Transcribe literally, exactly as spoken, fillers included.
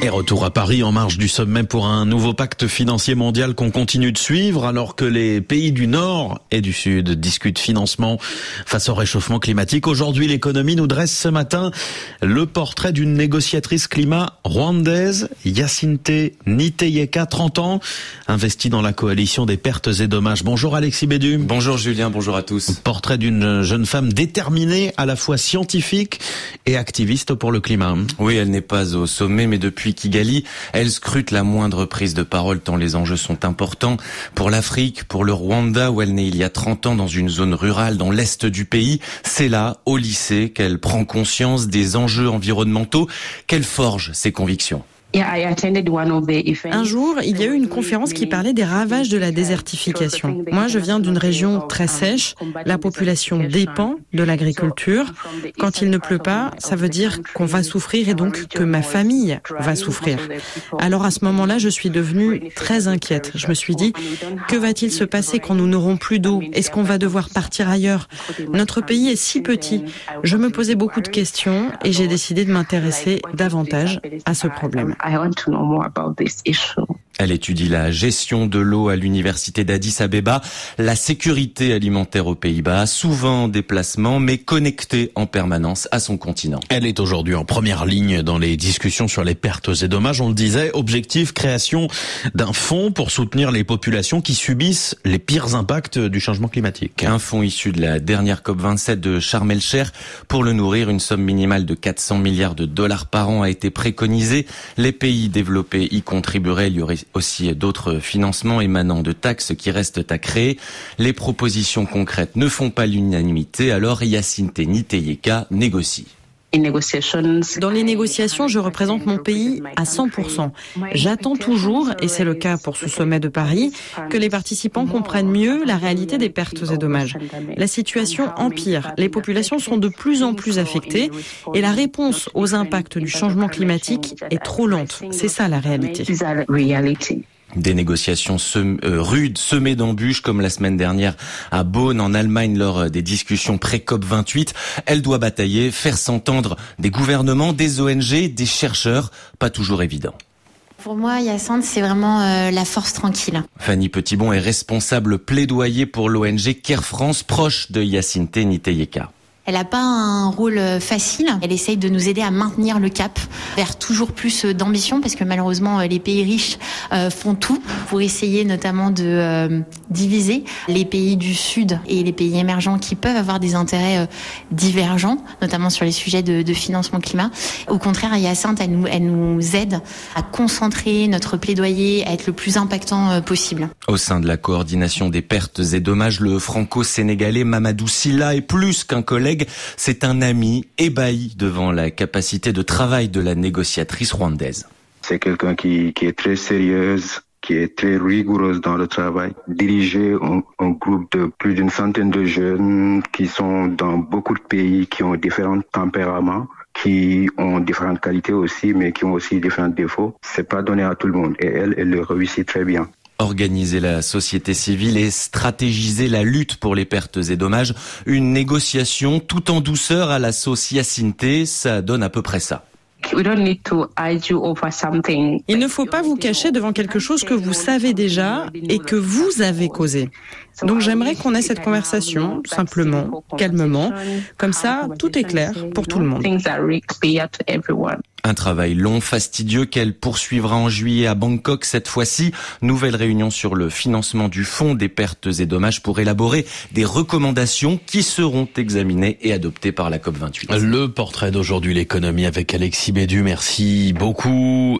Et retour à Paris en marge du sommet pour un nouveau pacte financier mondial qu'on continue de suivre alors que les pays du Nord et du Sud discutent financement face au réchauffement climatique. Aujourd'hui, l'économie nous dresse ce matin le portrait d'une négociatrice climat rwandaise, Hyacinthe Niteyeka, trente ans, investie dans la coalition des pertes et dommages. Bonjour Alexis Bédu. Bonjour Julien, bonjour à tous. Portrait d'une jeune femme déterminée, à la fois scientifique et activiste pour le climat. Oui, elle n'est pas au sommet, mais depuis Kigali, elle scrute la moindre prise de parole tant les enjeux sont importants pour l'Afrique, pour le Rwanda où elle naît il y a trente ans dans une zone rurale dans l'est du pays. C'est là, au lycée, qu'elle prend conscience des enjeux environnementaux, qu'elle forge ses convictions. Un jour, il y a eu une conférence qui parlait des ravages de la désertification. Moi, je viens d'une région très sèche. La population dépend de l'agriculture. Quand il ne pleut pas, ça veut dire qu'on va souffrir et donc que ma famille va souffrir. Alors à ce moment-là, je suis devenue très inquiète. Je me suis dit, que va-t-il se passer quand nous n'aurons plus d'eau? Est-ce qu'on va devoir partir ailleurs? Notre pays est si petit. Je me posais beaucoup de questions et j'ai décidé de m'intéresser davantage à ce problème. I want to know more about this issue. Elle étudie la gestion de l'eau à l'université d'Addis Abeba, la sécurité alimentaire aux Pays-Bas, souvent en déplacement, mais connectée en permanence à son continent. Elle est aujourd'hui en première ligne dans les discussions sur les pertes et dommages. On le disait, objectif, création d'un fonds pour soutenir les populations qui subissent les pires impacts du changement climatique. Un fonds issu de la dernière COP vingt-sept de Sharm el-Sheikh. Pour le nourrir, une somme minimale de quatre cents milliards de dollars par an a été préconisée. Les pays développés y contribueraient. Il y aurait aussi d'autres financements émanant de taxes qui restent à créer. Les propositions concrètes ne font pas l'unanimité, alors Hyacinthe Niteyeka négocie. Dans les négociations, je représente mon pays à cent pour cent. J'attends toujours, et c'est le cas pour ce sommet de Paris, que les participants comprennent mieux la réalité des pertes et dommages. La situation empire, les populations sont de plus en plus affectées et la réponse aux impacts du changement climatique est trop lente. C'est ça la réalité. Des négociations sem- euh, rudes, semées d'embûches, comme la semaine dernière à Bonn, en Allemagne, lors des discussions pré-COP vingt-huit. Elle doit batailler, faire s'entendre des gouvernements, des O N G, des chercheurs. Pas toujours évident. Pour moi, Hyacinthe, c'est vraiment euh, la force tranquille. Fanny Petitbon est responsable plaidoyer pour l'O N G Care France, proche de Hyacinthe Niteyeka. Elle n'a pas un rôle facile. Elle essaye de nous aider à maintenir le cap vers toujours plus d'ambition parce que malheureusement, les pays riches euh, font tout pour essayer notamment de euh, diviser les pays du Sud et les pays émergents qui peuvent avoir des intérêts euh, divergents, notamment sur les sujets de, de financement climat. Au contraire, Hyacinthe, elle nous, elle nous aide à concentrer notre plaidoyer, à être le plus impactant euh, possible. Au sein de la coordination des pertes et dommages, le franco-sénégalais Mamadou Sylla est plus qu'un collègue. C'est un ami ébahi devant la capacité de travail de la négociatrice rwandaise. C'est quelqu'un qui, qui est très sérieuse, qui est très rigoureuse dans le travail. Diriger un, un groupe de plus d'une centaine de jeunes qui sont dans beaucoup de pays, qui ont différents tempéraments, qui ont différentes qualités aussi, mais qui ont aussi différents défauts. C'est pas donné à tout le monde et elle, elle le réussit très bien. Organiser la société civile et stratégiser la lutte pour les pertes et dommages. Une négociation tout en douceur à la sauce Hyacinthe, ça donne à peu près ça. Il ne faut pas vous cacher devant quelque chose que vous savez déjà et que vous avez causé. Donc j'aimerais qu'on ait cette conversation, simplement, calmement. Comme ça, tout est clair pour tout le monde. Un travail long, fastidieux qu'elle poursuivra en juillet à Bangkok cette fois-ci. Nouvelle réunion sur le financement du fonds des pertes et dommages pour élaborer des recommandations qui seront examinées et adoptées par la COP vingt-huit. Le portrait d'aujourd'hui, l'économie avec Alexis Bédu. Merci beaucoup.